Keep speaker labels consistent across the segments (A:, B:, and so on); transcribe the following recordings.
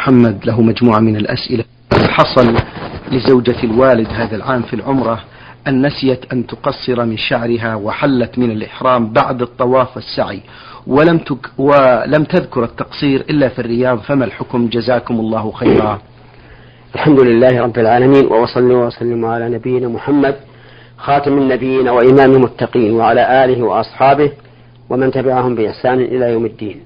A: محمد له مجموعة من الأسئلة. حصل لزوجة الوالد هذا العام في العمرة أن نسيت أن تقصر من شعرها وحلت من الإحرام بعد الطواف والسعي ولم تذكر التقصير إلا في الرياض، فما الحكم؟ جزاكم الله خيرا.
B: الحمد لله رب العالمين، وصلى وسلم على نبينا محمد خاتم النبيين وإمام المتقين وعلى آله وأصحابه ومن تبعهم بإحسان إلى يوم الدين.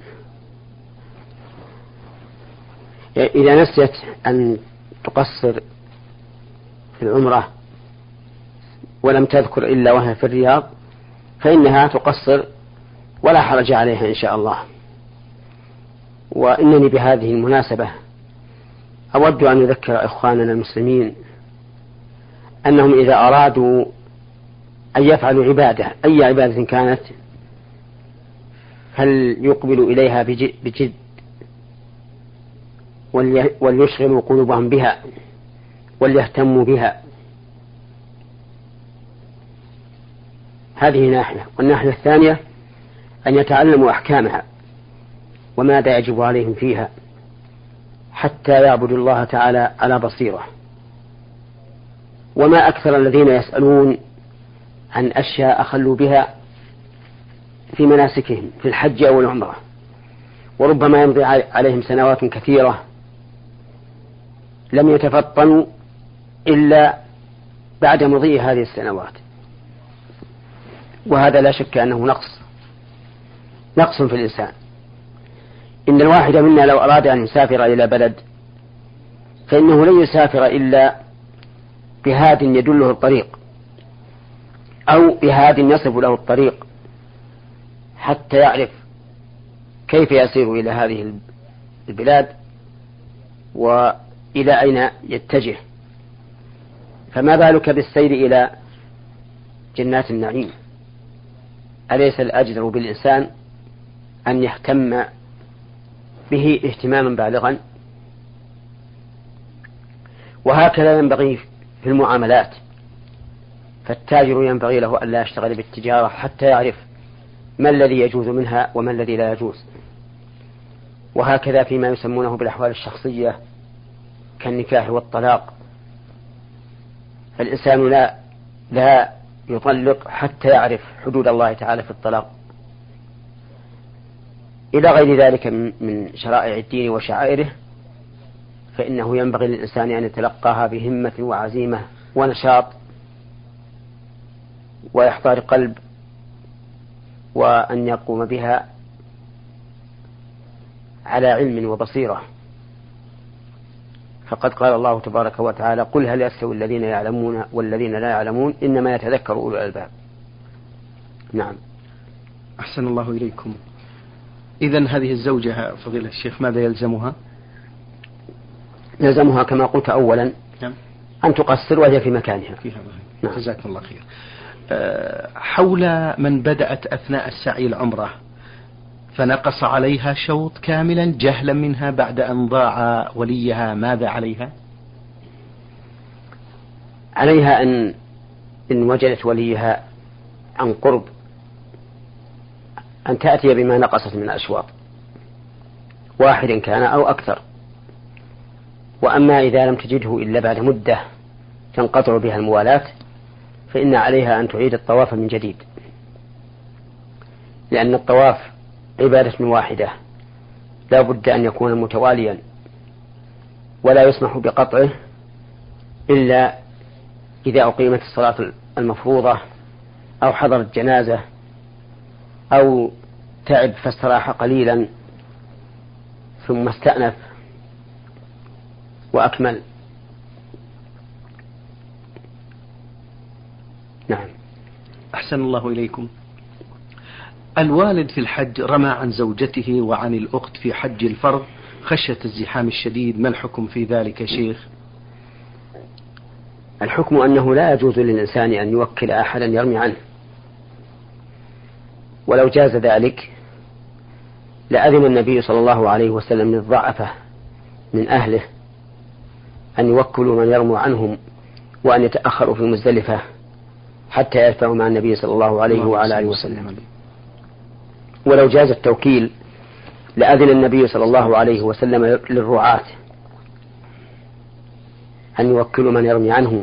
B: إذا نسيت أن تقصر في العمرة ولم تذكر إلا وهي في الرياض فإنها تقصر ولا حرج عليها إن شاء الله. وإنني بهذه المناسبة أود أن أذكر إخواننا المسلمين أنهم إذا أرادوا أن يفعلوا عبادة أي عبادة كانت فليقبلوا إليها بجد وليشغلوا قلوبهم بها وليهتموا بها. هذه ناحية. والناحية الثانية أن يتعلموا أحكامها وماذا يجب عليهم فيها حتى يعبدوا الله تعالى على بصيرة. وما أكثر الذين يسألون عن أشياء أخلوا بها في مناسكهم في الحج أو العمرة، وربما يمضي عليهم سنوات كثيرة لم يتفطنوا إلا بعد مضي هذه السنوات، وهذا لا شك أنه نقص في الإنسان. إن الواحد منا لو أراد أن يسافر إلى بلد فإنه لن يسافر إلا بهاد يدله الطريق أو بهاد يصف له الطريق حتى يعرف كيف يسير إلى هذه البلاد وإلى أين يتجه. فما بالك بالسير إلى جنات النعيم؟ أليس الأجدر بالإنسان أن يهتم به اهتماما بالغا؟ وهكذا ينبغي في المعاملات، فالتاجر ينبغي له أن لا يشتغل بالتجارة حتى يعرف ما الذي يجوز منها وما الذي لا يجوز. وهكذا فيما يسمونه بالأحوال الشخصية كالنكاح والطلاق، فالإنسان لا يطلق حتى يعرف حدود الله تعالى في الطلاق إلى غير ذلك من شرائع الدين وشعائره. فإنه ينبغي للإنسان أن يتلقاها بهمة وعزيمة ونشاط وإحضار قلب، وأن يقوم بها على علم وبصيرة. فقد قال الله تبارك وتعالى: قل هل يستوي الذين يعلمون والذين لا يعلمون إنما يتذكر أولو الألباب. نعم.
A: أحسن الله إليكم. إذن هذه الزوجة فضيلة الشيخ ماذا يلزمها؟
B: يلزمها كما قلت أولا أن تقصر وهي في مكانها.
A: نعم. جزاكم الله خير. حول من بدأت أثناء السعي العمرة فنقص عليها شوط كاملا جهلا منها بعد أن ضاع وليها، ماذا عليها؟
B: عليها إن وجدت وليها عن قرب أن تأتي بما نقصت من أشواط، واحد كان أو أكثر. وأما إذا لم تجده إلا بعد مدة تنقطع بها الموالاة فإن عليها أن تعيد الطواف من جديد، لأن الطواف عبادة واحدة لا بد أن يكون متواليا، ولا يسمح بقطعه إلا إذا أقيمت الصلاة المفروضة أو حضرت جنازة أو تعب فاستراح قليلا ثم استأنف وأكمل. نعم.
A: أحسن الله إليكم. الوالد في الحج رمى عن زوجته وعن الأخت في حج الفرض خشية الزحام الشديد، ما الحكم في ذلك يا شيخ؟
B: الحكم أنه لا يجوز للإنسان أن يوكل أحدا يرمي عنه، ولو جاز ذلك لأذن النبي صلى الله عليه وسلم للضعفة من أهله أن يوكلوا من يرموا عنهم وأن يتأخروا في مزدلفة حتى يرفعوا مع النبي صلى الله عليه وعلى آله وسلم. ولو جاز التوكيل لأذن النبي صلى الله عليه وسلم للرعاة أن يوكلوا من يرمي عنهم.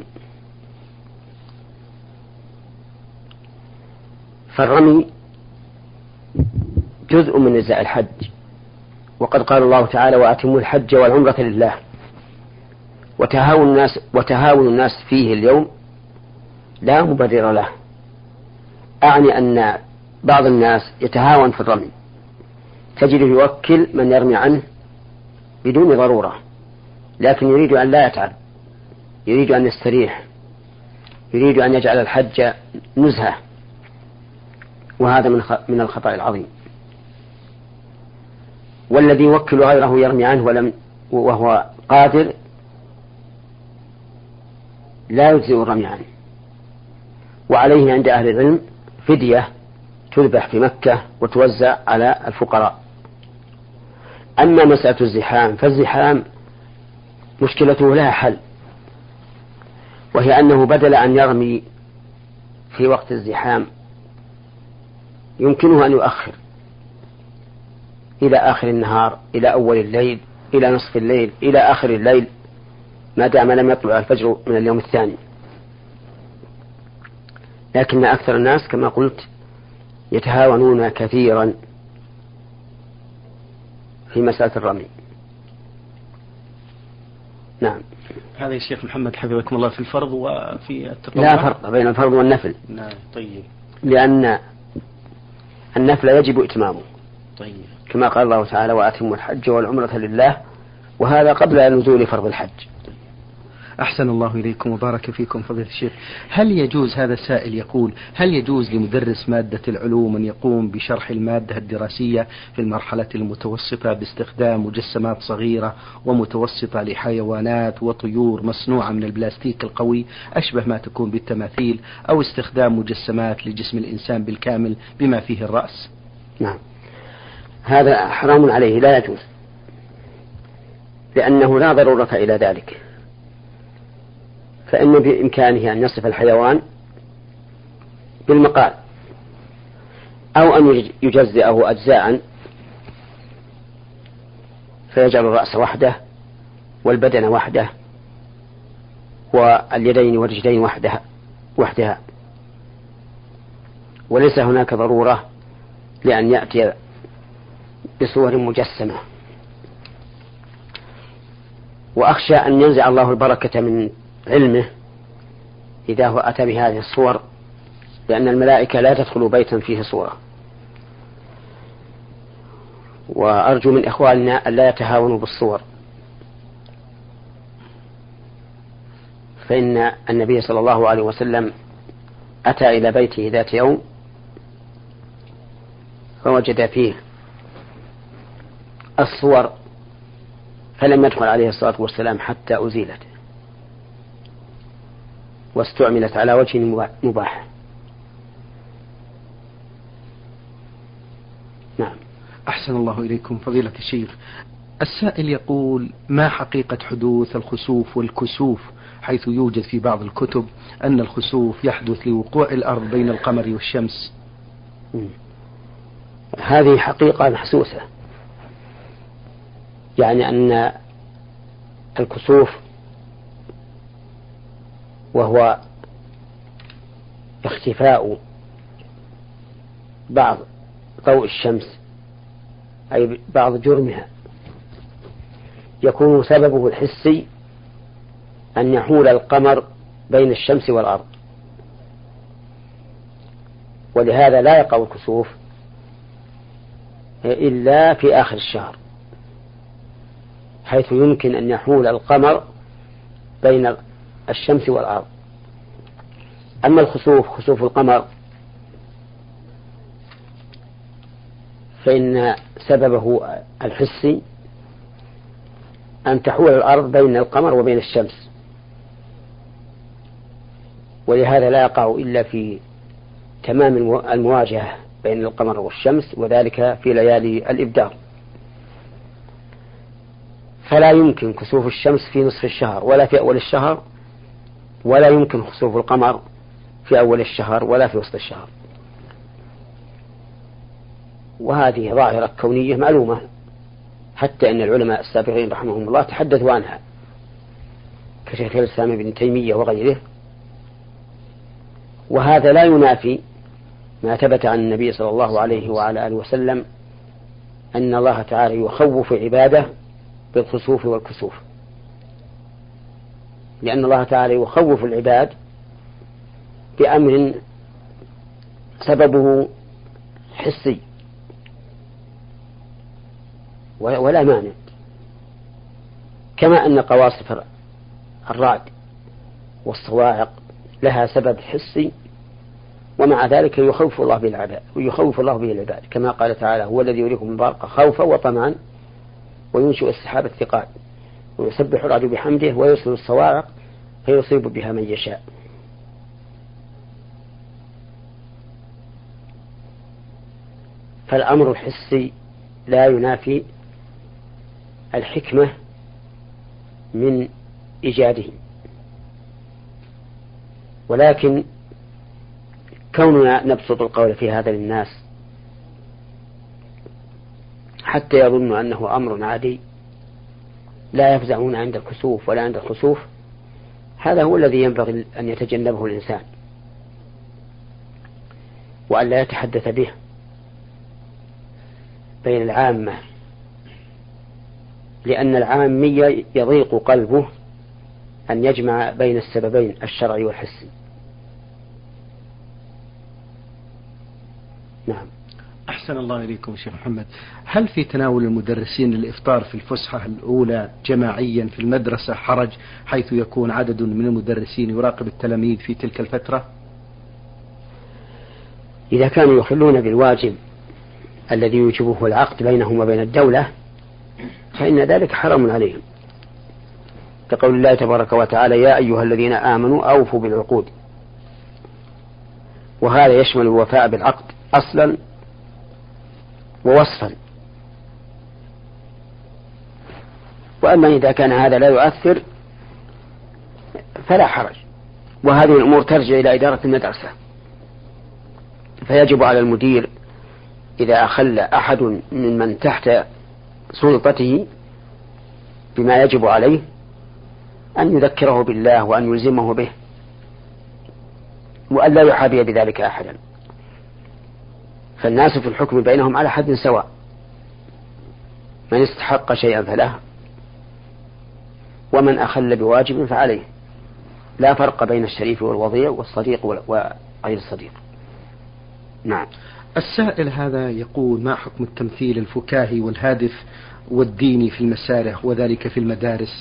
B: فالرمي جزء من أجزاء الحج، وقد قال الله تعالى: وأتموا الحج والعمرة لله. وتهاون الناس فيه اليوم لا مبرر له. أعني أن بعض الناس يتهاون في الرمي، تجد يوكل من يرمي عنه بدون ضرورة، لكن يريد أن لا يتعب، يريد أن يستريح، يريد أن يجعل الحج نزهة، وهذا من الخطأ العظيم. والذي يوكل غيره يرمي عنه وهو قادر لا يجزئ الرمي عنه، وعليه عند أهل العلم فدية تذبح في مكة وتوزع على الفقراء. أما مسألة الزحام فالزحام مشكلته لها حل، وهي أنه بدل أن يرمي في وقت الزحام يمكنه أن يؤخر إلى آخر النهار، إلى أول الليل، إلى نصف الليل، إلى آخر الليل، ما دام لم يطلع الفجر من اليوم الثاني. لكن أكثر الناس كما قلت يتهاونون كثيرا في مسألة الرمي. نعم.
A: هذا يا شيخ محمد حفظكم الله في الفرض وفي التطوع؟
B: لا فرق بين الفرض والنفل.
A: نعم. طيب.
B: لأن النفل يجب إتمامه.
A: طيب.
B: كما قال الله تعالى: وأتموا الحج والعمرة لله، وهذا قبل نزول فرض الحج.
A: أحسن الله إليكم وبارك فيكم فضيلة الشيخ. هل يجوز، هذا السائل يقول: هل يجوز لمدرس مادة العلوم أن يقوم بشرح المادة الدراسية في المرحلة المتوسطة باستخدام مجسمات صغيرة ومتوسطة لحيوانات وطيور مصنوعة من البلاستيك القوي أشبه ما تكون بالتماثيل، أو استخدام مجسمات لجسم الإنسان بالكامل بما فيه الرأس؟
B: نعم، هذا حرام عليه، لا يجوز، لأنه لا ضرورة إلى ذلك. فإن بإمكانه أن يصف الحيوان بالمقال، أو أن يجزئه أجزاء فيجعل الرأس وحده والبدن وحده واليدين والرجلين وحدها، وليس هناك ضرورة لأن يأتي بصور مجسمة. وأخشى أن ينزع الله البركة من علمه إذا هو أتى بهذه الصور، لأن الملائكة لا تدخل بيتا فيه صورة. وأرجو من إخواننا أن لا يتهاونوا بالصور، فإن النبي صلى الله عليه وسلم أتى إلى بيته ذات يوم فوجد فيه الصور، فلم يدخل عليه الصلاة والسلام حتى أزيلت واستعملت على وجه مباح. نعم.
A: أحسن الله إليكم فضيلة الشيخ. السائل يقول: ما حقيقة حدوث الخسوف والكسوف، حيث يوجد في بعض الكتب أن الخسوف يحدث لوقوع الأرض بين القمر والشمس؟
B: هذه حقيقة محسوسة، يعني أن الكسوف وهو اختفاء بعض ضوء الشمس أي بعض جرمها، يكون سببه الحسي أن يحول القمر بين الشمس والأرض، ولهذا لا يقع الكسوف إلا في آخر الشهر، حيث يمكن أن يحول القمر بين الشمس والأرض. أما الخسوف، خسوف القمر، فإن سببه الحسي أن تحول الأرض بين القمر وبين الشمس، ولهذا لا يقع إلا في تمام المواجهة بين القمر والشمس، وذلك في ليالي الإبدار. فلا يمكن كسوف الشمس في نصف الشهر ولا في أول الشهر، ولا يمكن خسوف القمر في أول الشهر ولا في وسط الشهر. وهذه ظاهرة كونية معلومة، حتى أن العلماء السابقين رحمهم الله تحدثوا عنها، كشيخ الإسلام ابن تيمية وغيره. وهذا لا ينافي ما ثبت عن النبي صلى الله عليه وعلى آله وسلم أن الله تعالى يخوف عباده بالخسوف والكسوف، لأن الله تعالى يخوف العباد بأمر سببه حسي ولا مانع، كما أن قواصف الرعد والصواعق لها سبب حسي، ومع ذلك يخوف الله به العباد كما قال تعالى: هو الذي يريكم البرق خوفا وطمعا وينشئ السحاب الثقال ويسبح الرعد بحمده ويرسل الصواعق فيصيب بها من يشاء. فالأمر الحسي لا ينافي الحكمة من إيجاده، ولكن كوننا نبسط القول في هذا للناس حتى يظنوا أنه أمر عادي لا يفزعون عند الكسوف ولا عند الخسوف، هذا هو الذي ينبغي أن يتجنبه الإنسان وأن لا يتحدث به بين العامة، لأن العامية يضيق قلبه أن يجمع بين السببين الشرعي والحسي. نعم.
A: أحسن الله إليكم شيخ محمد. هل في تناول المدرسين الإفطار في الفسحة الأولى جماعيا في المدرسة حرج، حيث يكون عدد من المدرسين يراقب التلاميذ في تلك الفترة؟
B: إذا كانوا يخلون بالواجب الذي يوجبه العقد بينهم وبين الدولة فإن ذلك حرام عليهم، كقول الله تبارك وتعالى: يا أيها الذين آمنوا أوفوا بالعقود. وهذا يشمل الوفاء بالعقد أصلا ووصفا. وأما إذا كان هذا لا يؤثر فلا حرج، وهذه الأمور ترجع إلى إدارة المدرسة، فيجب على المدير إذا أخل أحد من تحت سلطته بما يجب عليه أن يذكره بالله وأن يلزمه به، وأن لا يحابي بذلك أحدا. فالناس في الحكم بينهم على حد سواء، من استحق شيئا فله، ومن أخل بواجب فعليه، لا فرق بين الشريف والوضيع والصديق وغير الصديق. نعم.
A: السائل هذا يقول: ما حكم التمثيل الفكاهي والهادف والديني في المسارح وذلك في المدارس؟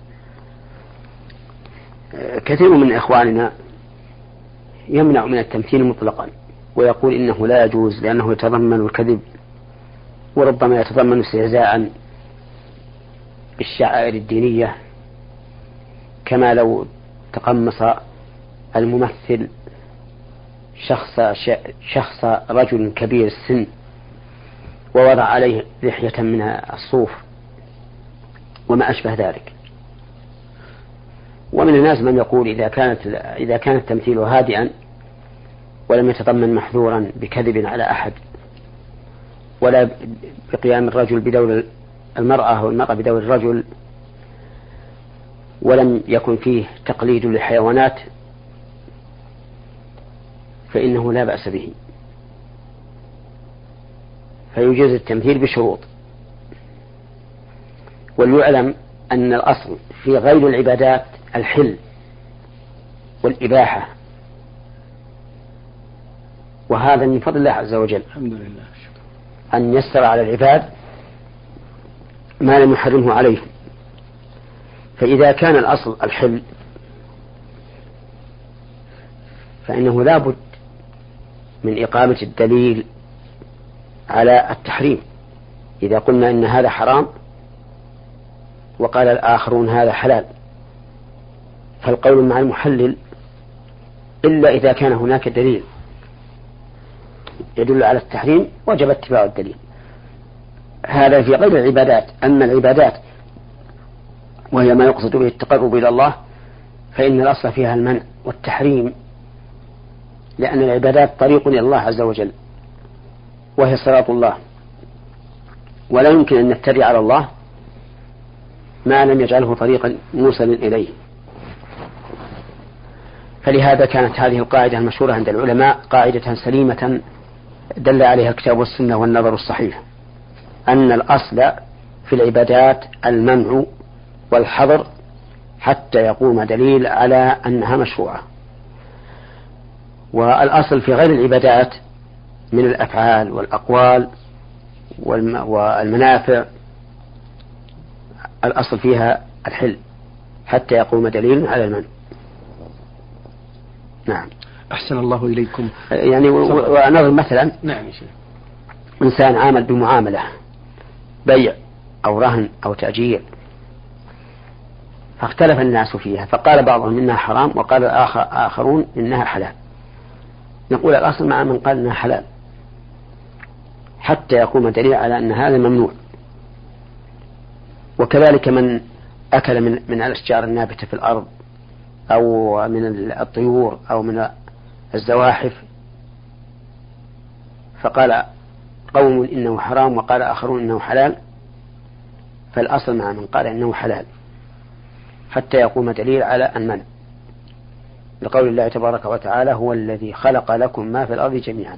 B: كثير من إخواننا يمنع من التمثيل مطلقا، ويقول إنه لا يجوز لأنه يتضمن الكذب، وربما يتضمن استهزاء بالشعائر الدينية، كما لو تقمص الممثل شخص رجل كبير السن ووضع عليه لحية من الصوف وما أشبه ذلك. ومن الناس من يقول إذا كان التمثيل هادئا ولم يتضمن محذورا بكذب على أحد، ولا بقيام الرجل بدور المرأة والمرأة بدور الرجل، ولم يكن فيه تقليد للحيوانات، فإنه لا بأس به، فيجوز التمثيل بشروط. وليعلم أن الأصل في غير العبادات الحل والإباحة، وهذا من فضل الله عز وجل.
A: الحمد لله.
B: أن يسر على العباد ما لم يحرمه عليهم. فإذا كان الأصل الحل فإنه لا بد من إقامة الدليل على التحريم. إذا قلنا إن هذا حرام وقال الآخرون هذا حلال، فالقول مع المحلل إلا إذا كان هناك دليل يدل على التحريم وجب اتباع الدليل. هذا في غير العبادات. أما العبادات وهي ما يقصد به التقرب إلى الله فإن الأصل فيها المنع والتحريم، لأن العبادات طريق إلى الله عز وجل وهي صراط الله، ولا يمكن أن نفتري على الله ما لم يجعله طريقا موصلا إليه. فلهذا كانت هذه القاعدة المشهورة عند العلماء قاعدة سليمة دل عليها الكتاب والسنة والنظر الصحيح، أن الأصل في العبادات المنع والحظر حتى يقوم دليل على أنها مشروعة. والأصل في غير العبادات من الأفعال والأقوال والمنافع الأصل فيها الحل حتى يقوم دليل على المنع. نعم.
A: أحسن الله إليكم.
B: يعني ونظر مثلا
A: نعم يا شيخ.
B: إنسان عامل بمعاملة بيع أو رهن أو تأجير، فاختلف الناس فيها، فقال بعضهم إنها حرام وقال آخرون إنها حلال. نقول الأصل مع من قال إنها حلال حتى يقوم دليل على أن هذا ممنوع. وكذلك من أكل من الأشجار النابتة في الأرض أو من الطيور أو من الزواحف، فقال قوم إنه حرام وقال آخرون إنه حلال، فالأصل مع من قال إنه حلال حتى يقوم دليل على المنع، لقول الله تبارك وتعالى هو الذي خلق لكم ما في الأرض جميعا،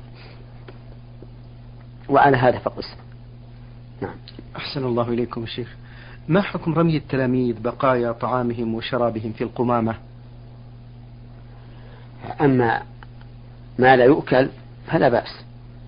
B: وعلى هذا فقس. نعم.
A: أحسن الله إليكم الشيخ. ما حكم رمي التلاميذ بقايا طعامهم وشرابهم في القمامة؟
B: أما ما لا يؤكل فلا بأس،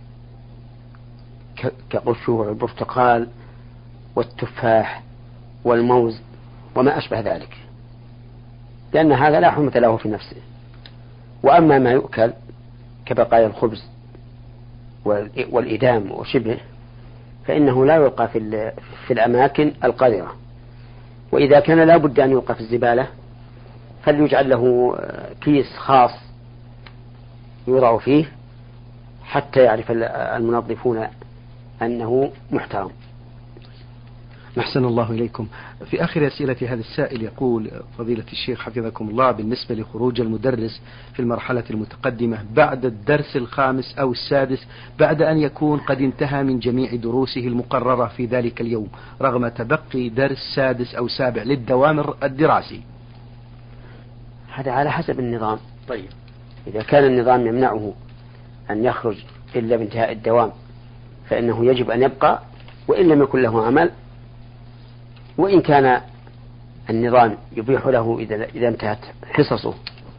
B: كقشور البرتقال والتفاح والموز وما أشبه ذلك، لأن هذا لا حرمة له في نفسه. وأما ما يؤكل كبقايا الخبز والإدام وشبه فإنه لا يلقى في الأماكن القذرة، وإذا كان لا بد أن يلقى في الزبالة فليجعل له كيس خاص يوضع فيه حتى يعرف المنظفون أنه محترم.
A: أحسن الله إليكم. في آخر أسئلة هذا السائل يقول فضيلة الشيخ حفظكم الله، بالنسبة لخروج المدرس في المرحلة المتقدمة بعد الدرس الخامس أو السادس بعد أن يكون قد انتهى من جميع دروسه المقررة في ذلك اليوم رغم تبقي درس سادس أو سابع للدوام الدراسي،
B: هذا على حسب النظام. طيب إذا كان النظام يمنعه أن يخرج إلا بانتهاء الدوام فإنه يجب أن يبقى وإن لم يكن له عمل، وإن كان النظام يبيح له إذا انتهت حصصه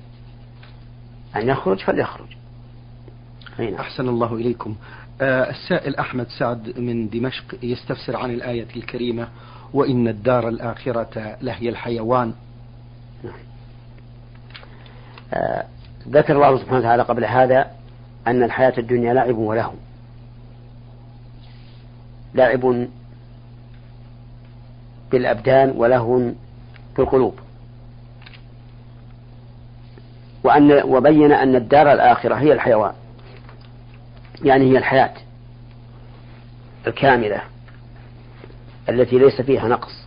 B: أن يخرج فليخرج.
A: أحسن الله إليكم. السائل أحمد سعد من دمشق يستفسر عن الآية الكريمة وإن الدار الآخرة لهي الحيوان.
B: ذكر الله سبحانه وتعالى قبل هذا أن الحياة الدنيا لعب وله، لعب بالأبدان ولهو في القلوب، وبين أن الدار الآخرة هي الحيوان، يعني هي الحياة الكاملة التي ليس فيها نقص.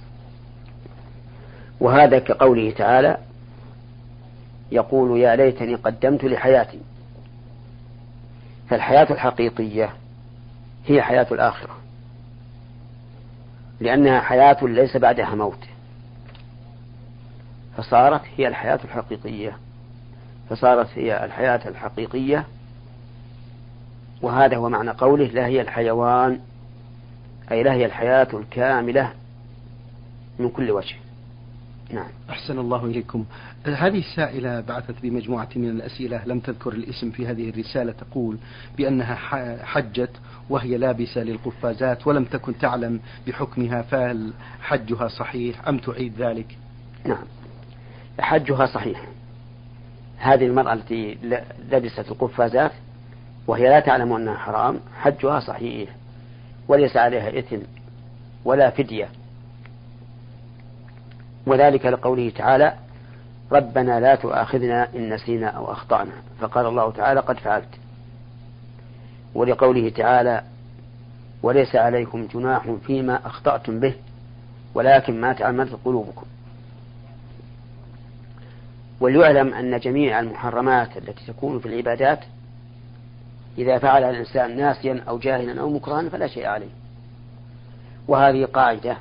B: وهذا كقوله تعالى يقول يا ليتني قدمت لحياتي، فالحياة الحقيقية هي حياة الآخرة لأنها حياة ليس بعدها موت، فصارت هي الحياة الحقيقية، فصارت هي الحياة الحقيقية. وهذا هو معنى قوله لا هي الحيوان، أي لا هي الحياة الكاملة من كل وجه. نعم.
A: أحسن الله إليكم. هذه السائلة بعثت بمجموعة من الأسئلة لم تذكر الاسم في هذه الرسالة، تقول بأنها حجت وهي لابسة للقفازات ولم تكن تعلم بحكمها، فهل حجها صحيح أم تعيد ذلك؟
B: نعم حجها صحيح. هذه المرأة التي لبست القفازات وهي لا تعلم أنها حرام حجها صحيح وليس عليها إثم ولا فدية، وذلك لقوله تعالى ربنا لا تؤاخذنا إن نسينا أو أخطأنا، فقال الله تعالى قد فعلت. ولقوله تعالى وليس عليكم جناح فيما أخطأتم به ولكن ما تعمدت قلوبكم. وليعلم أن جميع المحرمات التي تكون في العبادات إذا فعل الإنسان ناسيا أو جاهلا أو مكرها فلا شيء عليه. وهذه قاعدة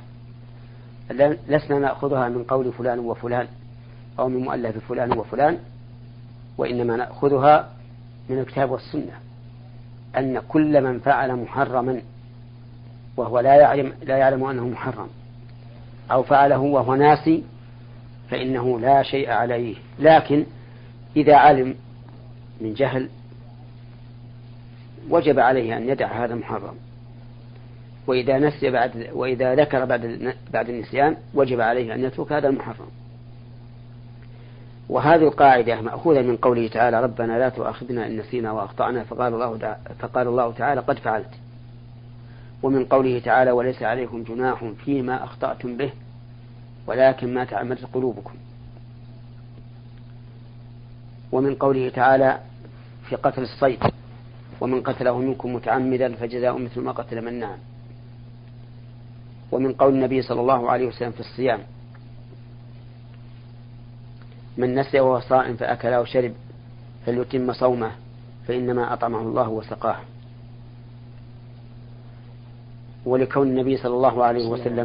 B: لسنا نأخذها من قول فلان وفلان أو من مؤلف فلان وفلان، وإنما نأخذها من الكتاب والسنة، أن كل من فعل محرما وهو لا يعلم أنه محرم أو فعله وهو ناسي فإنه لا شيء عليه، لكن إذا علم من جهل وجب عليه أن يدع هذا المحرم، وإذا نسي وإذا ذكر بعد النسيان وجب عليه أن يترك هذا المحرم. وهذه القاعدة مأخوذة من قوله تعالى ربنا لا تؤاخذنا إن نسينا وأخطأنا، فقال الله تعالى قد فعلت. ومن قوله تعالى وليس عليكم جناح فيما أخطأتم به ولكن ما تعمدت قلوبكم. ومن قوله تعالى في قتل الصيد ومن قتله منكم متعمدا فجزاء مثل ما قتل من نعم. ومن قول النبي صلى الله عليه وسلم في الصيام من نسي وهو صائم فأكل أو شرب فليتم صومه فإنما أطعمه الله وسقاه. ولكون النبي صلى الله عليه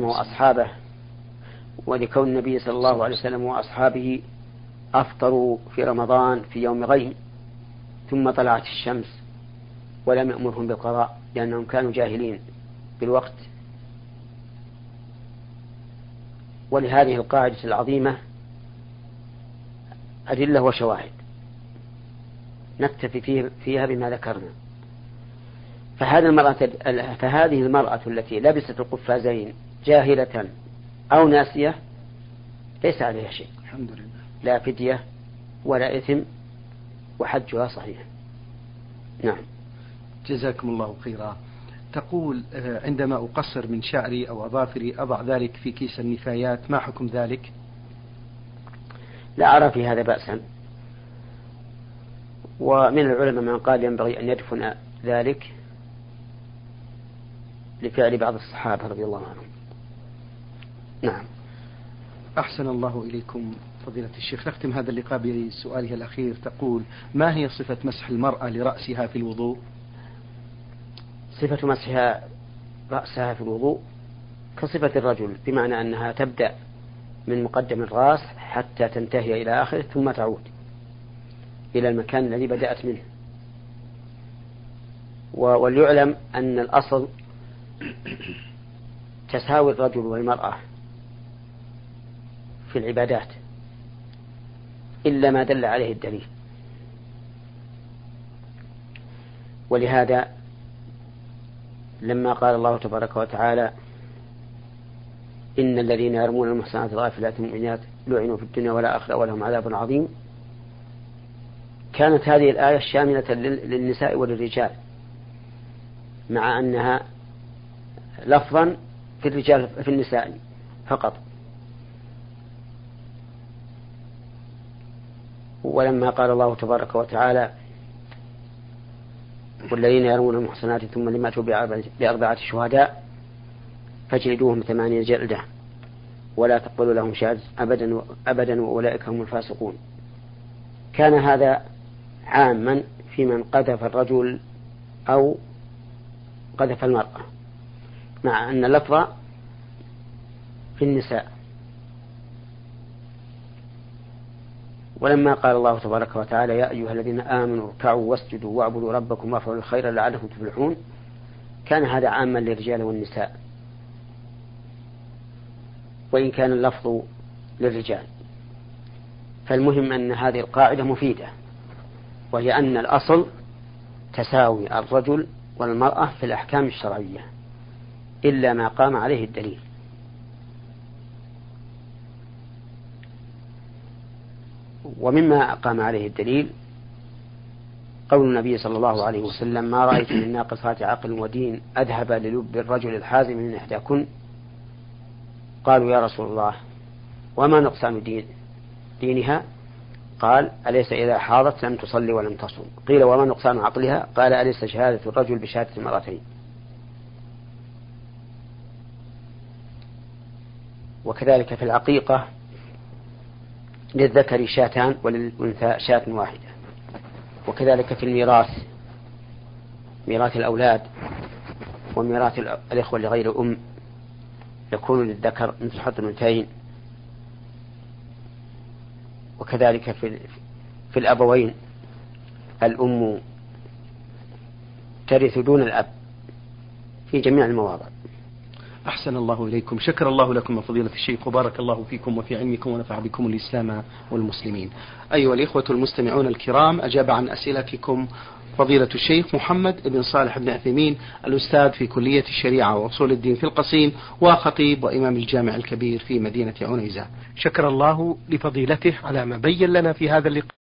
B: وسلم وأصحابه أفطروا في رمضان في يوم غيم ثم طلعت الشمس ولم يأمرهم بالقضاء لأنهم كانوا جاهلين بالوقت. ولهذه القاعدة العظيمة أدلة وشواهد نكتفي فيها بما ذكرنا. فهذه المرأة التي لبست القفازين جاهلة أو ناسية ليس عليها شيء،
A: الحمد لله،
B: لا فدية ولا إثم وحجها صحيح. نعم.
A: جزاكم الله خيرا. تقول عندما أقصر من شعري أو أظافري أضع ذلك في كيس النفايات، ما حكم ذلك؟
B: لا أرى في هذا بأسا، ومن العلماء من قال ينبغي أن يدفن ذلك لفعل بعض الصحابة رضي الله عنهم. نعم.
A: أحسن الله إليكم فضيلة الشيخ. نختم هذا اللقاء بسؤالها الأخير. تقول ما هي صفة مسح المرأة لرأسها في الوضوء؟
B: صفة مسحها رأسها في الوضوء كصفة الرجل، بمعنى أنها تبدأ من مقدم الرأس حتى تنتهي إلى آخره ثم تعود إلى المكان الذي بدأت منه. وليعلم أن الأصل تساوي الرجل والمرأة في العبادات إلا ما دل عليه الدليل. ولهذا لما قال الله تبارك وتعالى إن الذين يرمون المحصنات الغافلات المؤمنات لعنوا في الدنيا والآخرة ولهم عذاب عظيم، كانت هذه الآية شاملة للنساء وللرجال، مع أنها لفظا في الرجال في النساء فقط. ولما قال الله تبارك وتعالى والذين يرمون المحصنات ثم لم يأتوا بأربعة شهداء فاجلدوهم 8 جلدة ولا تقبلوا لهم شهادة أبدا وأولئك هم الفاسقون، كان هذا عاما في من قذف الرجل أو قذف المرأة، مع أن اللفظ في النساء. ولما قال الله تبارك وتعالى يا أيها الذين آمنوا اركعوا واسجدوا واعبدوا ربكم وافعلوا الخير لعلكم تفلحون، كان هذا عاما للرجال والنساء وإن كان اللفظ للرجال. فالمهم أن هذه القاعدة مفيدة، وهي أن الأصل تساوي الرجل والمرأة في الأحكام الشرعية إلا ما قام عليه الدليل. ومما قام عليه الدليل قول النبي صلى الله عليه وسلم ما رأيت من ناقصات عقل ودين أذهب للب الرجل الحازم من إحداكن. قالوا يا رسول الله وما نقصان دينها؟ قال أليس إذا حاضت لم تصلي ولم تصم؟ قيل وما نقصان عقلها؟ قال أليس شهادة الرجل بشهادة المرأتين؟ وكذلك في العقيقة للذكر شاتان وللأنثى شاة واحدة. وكذلك في الميراث، ميراث الأولاد وميراث الإخوة لغير أم، يكون للذكر مثل حظ الأنثيين. وكذلك في الأبوين الأم ترث دون الأب في جميع المواضع.
A: أحسن الله إليكم، شكر الله لكم فضيلة الشيخ، وبارك الله فيكم وفي علمكم ونفع بكم الإسلام والمسلمين. أيها الإخوة المستمعون الكرام، أجاب عن أسئلتكم فضيلة الشيخ محمد بن صالح بن عثيمين، الأستاذ في كلية الشريعة وأصول الدين في القصيم، وخطيب وإمام الجامع الكبير في مدينة عنيزة. شكر الله لفضيلته على ما بين لنا في هذا اللقاء.